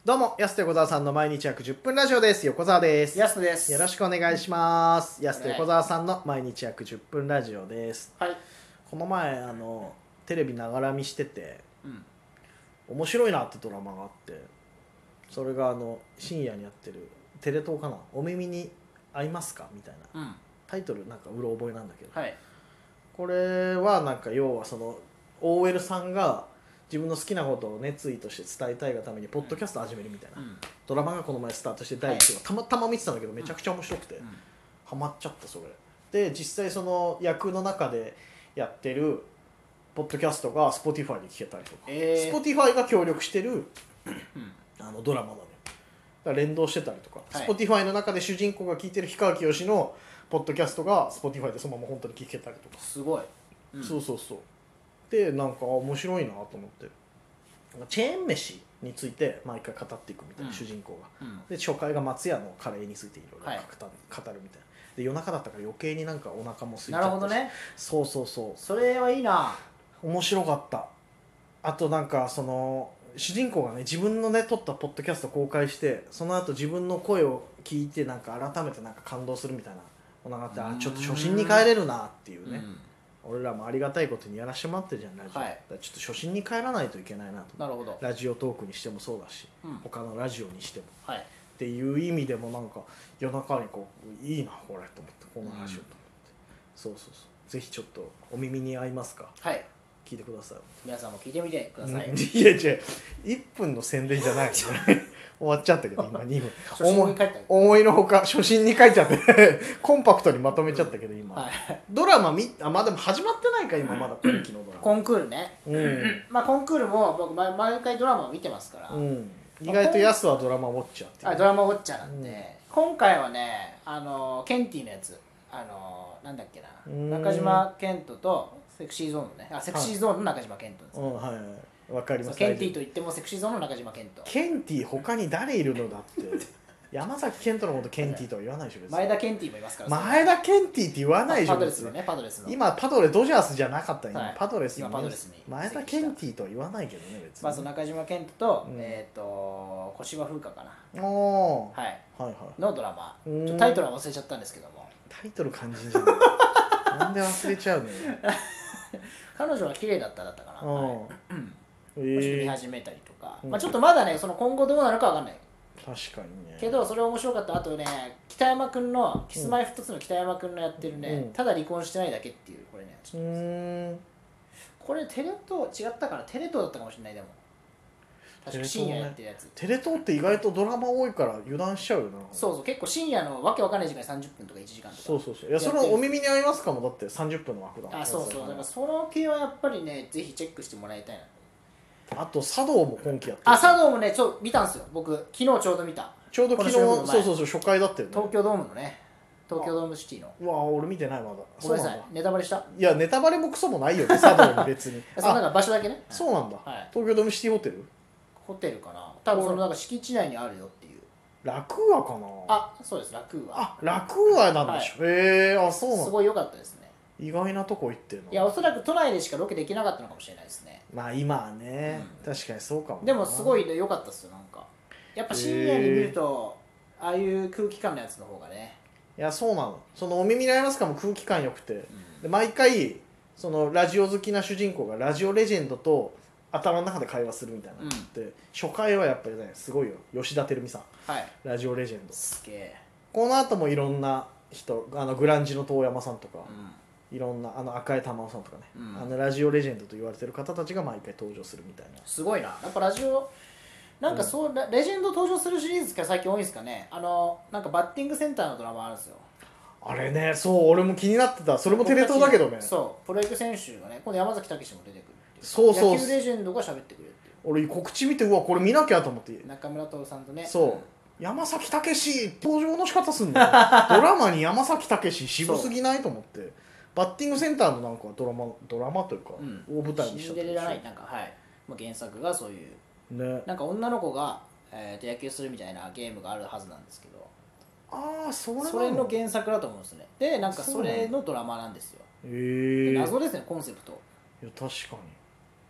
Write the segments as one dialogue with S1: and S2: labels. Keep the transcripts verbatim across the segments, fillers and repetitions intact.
S1: どうも、安と横澤さんの毎日約じゅっぷんラジオです。横澤です。
S2: 安とです。
S1: よろしくお願いします。安と横澤さんの毎日約じゅっぷんラジオです。
S2: はい。
S1: この前あのテレビながら見してて、
S2: うん。
S1: 面白いなってドラマがあって、それがあの深夜にやってるテレ東かな、お耳に合いますかみたいな、
S2: うん。
S1: タイトルなんかうろ覚えなんだけど、
S2: はい。
S1: これはなんか要はその オーエル さんが自分の好きなことを熱意として伝えたいがためにポッドキャストを始めるみたいな、
S2: うん。
S1: ドラマがこの前スタートしてだいいちわ、たまたま見てたんだけどめちゃくちゃ面白くて、
S2: うん。
S1: ハマっちゃったそれで。実際その役の中でやってるポッドキャストが Spotify で聞けたりとか、
S2: えー、
S1: Spotify が協力してる
S2: うん。
S1: あのドラマなのよ。だから連動してたりとか、
S2: はい、
S1: Spotify の中で主人公が聞いてる氷川きよしのポッドキャストが Spotify でそのまま本当に聞けたりとか、
S2: すごい、
S1: うん、そうそうそう。でなんか面白いなと思って、チェーン飯について毎回語っていくみたいな、うん、主人公が、うん、で初回が松屋のカレーについていろいろ語るみたいな、で夜中だったから余計になんかお腹も空いちゃって、
S2: なるほどね、
S1: そうそうそう、
S2: それはいいな、
S1: 面白かった。あとなんかその主人公がね自分のね撮ったポッドキャスト公開して、その後自分の声を聞いてなんか改めてなんか感動するみたいなものがあって、あちょっと初心に帰れるなっていうね、うん、俺らもありがたいことにやらしてもらってるじゃんラジオ、はい、だからちょっと初心に帰らないといけないなと。
S2: なるほど。
S1: ラジオトークにしてもそうだし、うん、他のラジオにしても、
S2: はい、
S1: っていう意味でもなんか夜中にこういいなこれと思って、このラジオと思って、うん、そうそうそう、ぜひちょっとお耳に合いますか、
S2: はい、
S1: 聞いてください。
S2: 皆さんも聞いてみてください。
S1: いや違う、いっぷんの宣伝じゃない終わっちゃったけど今にふん、思い, 思いのほか初心に書いちゃってコンパクトにまとめちゃったけど今、はい、ドラマ見あまあでも始まってないか今まだ今期のドラマ、
S2: コンクールね、うん、まあコンクールも僕毎回ドラマを見てますから、うん、
S1: 意外とヤスはドラマウォッチャーっていう、
S2: あドラマウォッチャーなんで、うん、今回はねあのケンティのやつ、あのなんだっけな、中島健人とセクシーゾーンのね、あセクシーゾーンの中島健人ですね、
S1: はい、はいはい、わかります。
S2: ケンティと言ってもセクシーゾーンの中島健人。
S1: ケンティ他に誰いるのだって山崎健人のことケンティとは言わないでしょ別に。
S2: 前田ケンティもいますから。
S1: 前田ケンティって言わないでしょ。
S2: パドレスのね、パドレスの
S1: 今パドレドジャースじゃなかった今、はい、パドレスに、
S2: 今パドレスに
S1: 前田ケンティとは言わないけどね別に。
S2: まず中島健人と、うん、えっ、ー、と小芝風花かな、
S1: おー、
S2: はい、
S1: はいはい
S2: のドラマ、ちょタイトルは忘れちゃったんですけども、
S1: タイトル肝心じゃないなんで忘れちゃうのよ
S2: 彼女は綺麗だっただったかな、はい、
S1: えー、
S2: 見始めたりとか、まあ、ちょっとまだねその今後どうなるかわかんない、
S1: 確かにね、
S2: けどそれ面白かった。あとね北山君のキスマイフットツーの北山君のやってるね、うん、ただ離婚してないだけっていう、これねちょっとうんこれテレ東違ったかな、テレ東だったかもしれない。でも確か深夜やってるやつ、
S1: テレ東って意外とドラマ多いから油断しちゃうよな。
S2: そうそう、結構深夜のわけわかんない時間にさんじゅっぷんとかいちじかんとか、
S1: そうそうそう、いやそのお耳に合いますかもだってさんじゅっぷんの枠だもん。
S2: あ、そうそう、だからその系はやっぱりねぜひチェックしてもらいたいな。
S1: あと茶道も今期やってる。
S2: あ、茶道もねちょ見たんですよ僕、昨日ちょうど見た。
S1: ちょうど昨日、そうそうそう初回だったよね、
S2: 東京ドームのね、東京ドームシティの。
S1: うわ俺見てないまだ。
S2: ごめんなさい、ネタバレした。
S1: いやネタバレもクソもないよね茶道に別に
S2: そのなんか場所だけね。
S1: そうなんだ、はい、東京ドームシティホテル
S2: ホテルかな、多分そのなんか敷地内にあるよっていう。
S1: ラクーアかな。
S2: あ、そうです、ラクーア。
S1: あ、ラクーアなんでしょ、はい、へえ、あ、そうなんだ。
S2: すごい良かったですね。
S1: 意外なとこ行ってるの。
S2: いや、おそらく都内でしかロケできなかったのかもしれないですね。
S1: まあ今はね、うん、確かにそうかも。
S2: でもすごい良かったですよ。なんかやっぱ深夜に見るとああいう空気感のやつの方がね。
S1: いやそうなの、そのお耳に合いますかも空気感良くて、うん、で毎回そのラジオ好きな主人公がラジオレジェンドと頭の中で会話するみたいなのって、うん、初回はやっぱりねすごいよ、吉田照美さん、はい、ラジオレジェンド
S2: すげえ。
S1: この後もいろんな人、あのグランジの遠山さんとか、うん、いろんなあの赤江珠緒さんとかね、うん、あのラジオレジェンドと言われてる方たちが毎回登場するみたいな。
S2: すごいな、やっぱラジオなんかそう、うん、レジェンド登場するシリーズが最近多いんですかね。あのなんかバッティングセンターのドラマあるんですよ。
S1: あれね、そう俺も気になってた。それもテレ東だけどね。
S2: そうプロ野球選手がね、今度山崎武史も出てくるっていう。
S1: そうそう、
S2: 野球レジェンドが喋ってくれるっていう。
S1: 俺告知見てうわこれ見なきゃと思って。
S2: 中村徹さんとね。
S1: そう、うん、山崎武史登場の仕方すんのドラマに山崎武史渋すぎないと思って。バッティングセンターのなんかドラマドラマというか、うん、大舞台にした
S2: シンデレラナイトなんか、はい、まあ、原作がそういう、ね、なんか女の子が、えー、と野球するみたいなゲームがあるはずなんですけど、
S1: ああ、それ
S2: それの原作だと思うんですね。でなんかそれのドラマなんですよ。へえ、謎ですねコンセプト。
S1: いや確か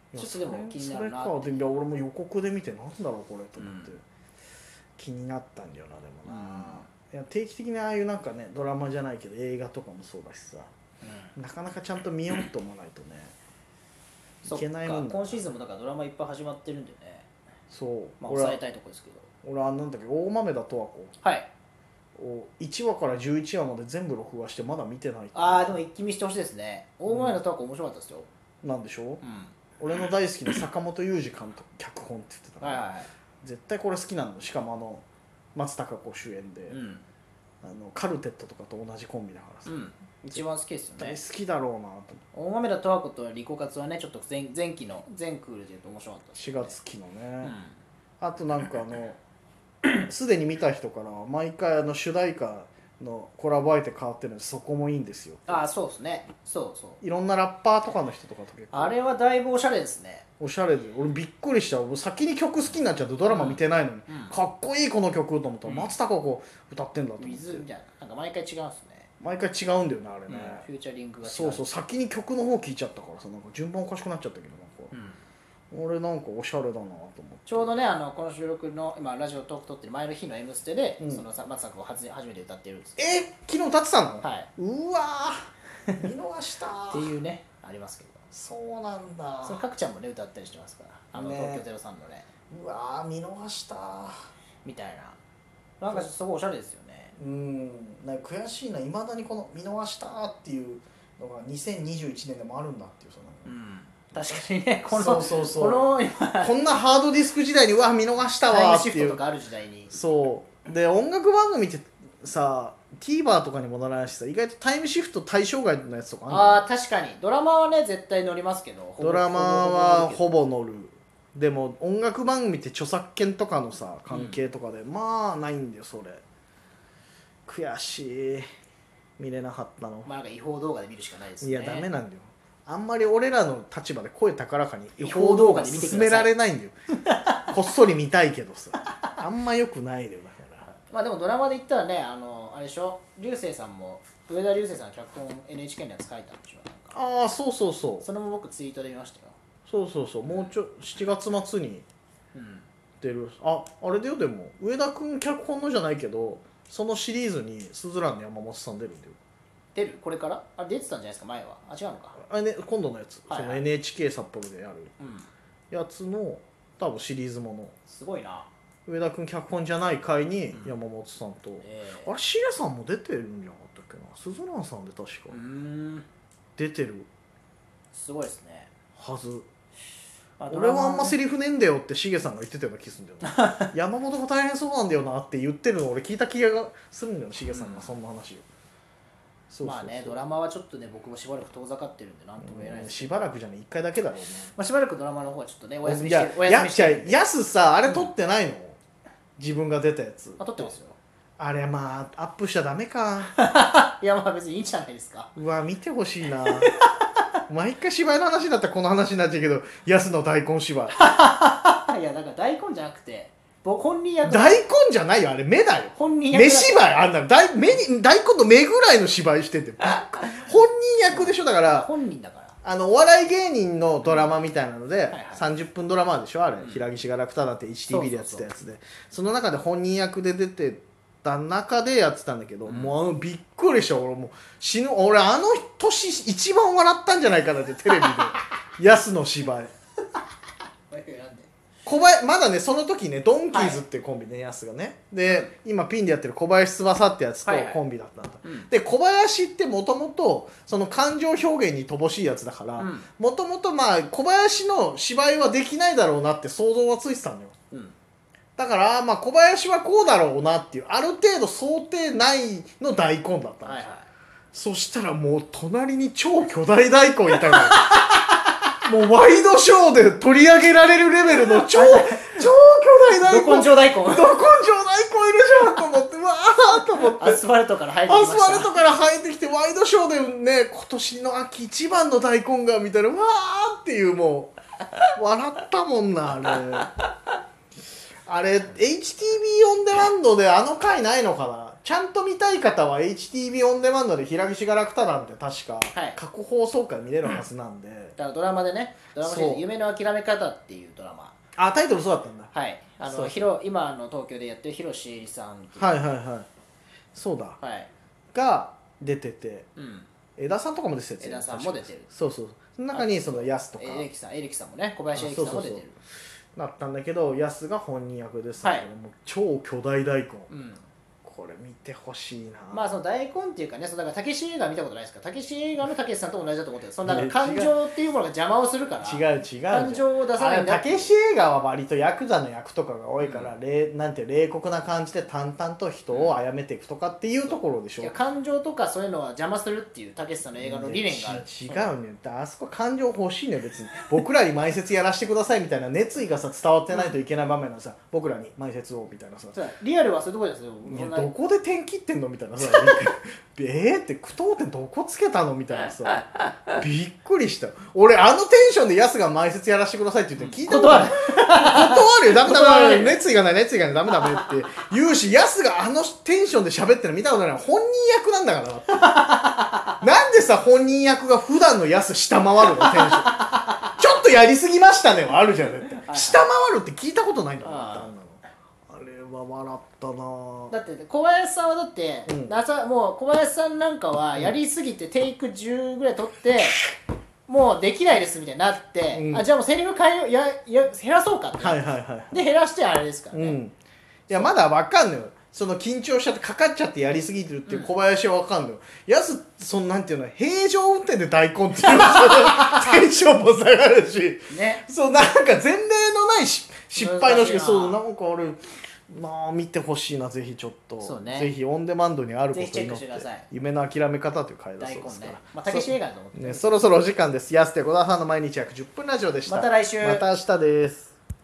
S2: ちょっとでも気になるな
S1: それかで、いや俺も予告で見てなんだろうこれと思って、うん、気になったんだよなでもな、うん、いや定期的にああいうなんかねドラマじゃないけど映画とかもそうだしさ、うん、なかなかちゃんと見ようと思わないとねいけないもんだ。
S2: 今シーズンもだからドラマいっぱい始まってるんでね。
S1: そう
S2: まあ抑えたいとこですけど、
S1: 俺はなんだっけ大豆田十和子
S2: はい
S1: をいちわからじゅういちわまで全部録画してまだ見てない。
S2: ああでも一気見してほしいですね。大豆田十和子面白かったですよ、
S1: うん、なんでしょう、うん、俺の大好きな坂本雄二監督脚本って言ってたから、はいはいはい、絶対これ好きなんだ。しかもあの松たか子主演で、うん、あのカルテットとかと同じコンビだからさ、うん、
S2: 一番好きですよね。
S1: 大好きだろうなと
S2: 思って。大豆田十和子とリコカツはねちょっと 前, 前期の全クールで言うと面白かったです、ね、
S1: しがつ期のね、うん、あとなんかあのすでに見た人から毎回あの主題歌のコラボ相手変わってるんでそこもいいんですよ。
S2: ああそうですね。そうそう
S1: いろんなラッパーとかの人とかと結構
S2: あれはだいぶおしゃれですね。
S1: おしゃれで俺びっくりした。先に曲好きになっちゃってドラマ見てないのに、うんうん、かっこいいこの曲と思ったら、うん、松たか子歌ってんだと思って。
S2: 水みたいななんか毎回違うんですね。
S1: 毎回違うんだよねあれね、
S2: うん、フューチャリングが違う。
S1: そうそう先に曲の方聞いちゃったからさなんか順番おかしくなっちゃったけどなんか、うん、俺なんかおしゃれだなと思って。
S2: ちょうどねあのこの収録の今ラジオトーク撮ってる前の日の「エムステ」で、うん、その松たか子を初めて歌ってるんです。
S1: え昨日歌ってたの？
S2: はい。
S1: うわー見逃した
S2: っていうねありますけど。
S1: そうなんだ。
S2: その角ちゃんもね歌ったりしてますからあの、ね、東京ゼロさんのね。
S1: うわー見逃した
S2: みたいななんかすごいおしゃれですよね。
S1: うんなんか悔しいないまだにこの見逃したっていうのがにせんにじゅういちねんでもあるんだっていうその、うん、
S2: 確かにねこの
S1: そうそうそう
S2: この
S1: こんなハードディスク時代にうわ見逃したわっていう
S2: タイムシフトとかある時代に
S1: そうで音楽番組ってさ TVer とかにもならないしさ意外とタイムシフト対象外のやつとかある。
S2: ああ確かにドラマはね絶対乗りますけど
S1: ドラマはほぼ乗る。でも音楽番組って著作権とかのさ関係とかで、うん、まあないんだよそれ。悔しい見れなかったの。
S2: まあなんか違法動画で見るしかないですね。
S1: いやダメなんだよ。あんまり俺らの立場で声高らかに違法動画で進められないんだよこっそり見たいけどさあんまよくないだよだから。
S2: まあでもドラマで言ったらねあのあれでしょ流星さんも上田流星さんの脚本 エヌエイチケー のやつ書いたんでしょ。
S1: ああそうそうそう。
S2: それも僕ツイートで見ましたよ。
S1: そうそうそうもうちょしちがつ末に出る、うん、ああれだよ。でも上田君脚本のじゃないけどそのシリーズにスズランの山本さん出るんだよ。
S2: 出るこれからあ出てたんじゃないですか前は。あ違うのか
S1: あれ、ね、今度のやつ、はいはい、その エヌエイチケー 札幌でやるやつの多分シリーズもの。
S2: すごいな。
S1: 上田君脚本じゃない回に山本さんと、うんえー、あれシゲさんも出てるんじゃなかったっけな。スズランさんで確かうん出てる
S2: すごいですね
S1: はず。俺はあんまセリフねえんだよってしげさんが言ってたような気するんだよな山本が大変そうなんだよなって言ってるの俺聞いた気がするんだよしげさんがそんな話を、うん、そう
S2: そうそうまあねドラマはちょっとね僕もしばらく遠ざかってるんでなんとも言えないです、
S1: うん、しばらくじゃねいっかいだけだろうね、
S2: まあ、しばらくドラマの方はちょっとねお休みしてお休みして
S1: るんで。やすさあれ撮ってないの、うん、自分が出たやつ。
S2: あ撮ってますよ。
S1: あれまあアップしちゃダメか
S2: いやまあ別にいいじゃないですか。
S1: うわ見てほしいな毎回芝居の話だったらこの話になっちゃうけど安の大根芝居
S2: いやだから大根じゃなくて本人役
S1: 大根じゃないよあれ目だよ。
S2: 本人役
S1: 目芝居あんな大目に大根の目ぐらいの芝居してて本人役でしょ。だから
S2: 本人だから
S1: あのお笑い芸人のドラマみたいなので、はいはい、さんじゅっぷんドラマでしょあれ、うん、平岸が楽太だって エイチティービー でやってたやつで そ, うそうそうその中で本人役で出てた中でやってたんだけど、うん、もうあのびっくりした。俺もう死ぬ俺あの年一番笑ったんじゃないかなってテレビで安の芝居小林まだねその時ねドンキーズっていうコンビね、はい、安がねで今ピンでやってる小林翼ってやつとコンビだったんだ、はいはい、で小林ってもともとその感情表現に乏しいやつだからもともとまあ小林の芝居はできないだろうなって想像はついてたのよ、うん、だからまあ小林はこうだろうなっていうある程度想定内の大根だったんですよ、はいはい、そしたらもう隣に超巨大大根いたからもうワイドショーで取り上げられるレベルの超超巨大大根
S2: ど根性大根ど
S1: 根性大根いるじゃんと思ってわーと思って
S2: アスファルトから生えてきました。
S1: アスファルトから生えてきてワイドショーでね今年の秋一番の大根がみたいなわーっていうもう笑ったもんなあれあれ エイチティービー オンデマンドであの回ないのかな。 ちゃんと見たい方は エイチティービー オンデマンドで平岸が楽太郎って確か
S2: はい
S1: 過去放送回見れるはずなんで、
S2: だからドラマでねドラマシリーズ
S1: そう
S2: 夢の諦め方っていうドラマ
S1: あタイトルそうだったんだ。
S2: はいあ
S1: そう
S2: のひろ今あの東京でやってる広志さんっていう
S1: はいはいはいそうだ
S2: はい
S1: が出てて
S2: うん
S1: 枝さんとかも出てたやつ
S2: 枝さんも出てる
S1: そうそうその中にそのヤスとか
S2: エレキさんエレキさんもね小林エレキさんも出てる
S1: だったんだけどヤスが本人役ですけど、
S2: はい
S1: もう超巨大大根、
S2: うん
S1: これ見てほしいな。
S2: まあその大根っていうかねそのだからたけし映画見たことないですかたけし映画のたけしさんと同じだと思ってるそのだから感情っていうものが邪魔をするから
S1: 違う違う
S2: 感情を出さないんだ
S1: たけし映画は割とヤクザの役とかが多いから、うん、れなんて冷酷な感じで淡々と人を殺めていくとかっていうところでしょ、
S2: いや感情とかそういうのは邪魔するっていうたけしさんの映画の理念がある
S1: 違うねあそこ感情欲しいね別に僕らに前説やらせてくださいみたいな熱意がさ伝わってないといけない場面のさ、うん、僕らに前説をみたいなさ
S2: リアルはそういうところですよ
S1: どこで点切ってんのみたいなさえーって句読点どこつけたのみたいなさびっくりした俺あのテンションでヤスが前説やらせてくださいって言って聞いたことない断るよダメダメ熱意がない熱意がないダメダメって言うしヤスがあのテンションで喋ってるの見たことない本人役なんだからなんでさ本人役が普段のヤス下回るのテンションちょっとやりすぎましたねはあるじゃんって下回るって聞いたことないんだもんあれは笑ったな
S2: だって小林さんはだって、うん、もう小林さんなんかはやりすぎてテイクじゅうぐらい取ってもうできないですみたいになって、うん、あじゃあもうセリフ変えようやや減らそうかって、
S1: はいはいはい、
S2: で減らしてあれですからね、うん、い
S1: やまだわかんのよその緊張しちゃってかかっちゃってやりすぎてるっていう小林はわかんのよ、うん、やすそのなんていうの平常運転で大根っていうテンションも下がるし、ね、そうなんか前例のない失敗のしそうなんかあれまあ見てほしいなぜひちょっとそう、ね、ぜひオンデマンドにあることによって夢の諦め方という回だそうですから、ね
S2: まあ、たけし映画だと思って、
S1: ね、そろそろお時間です。やすて小田さんの毎日約じゅっぷんラジオでした。
S2: また来週
S1: また明日です。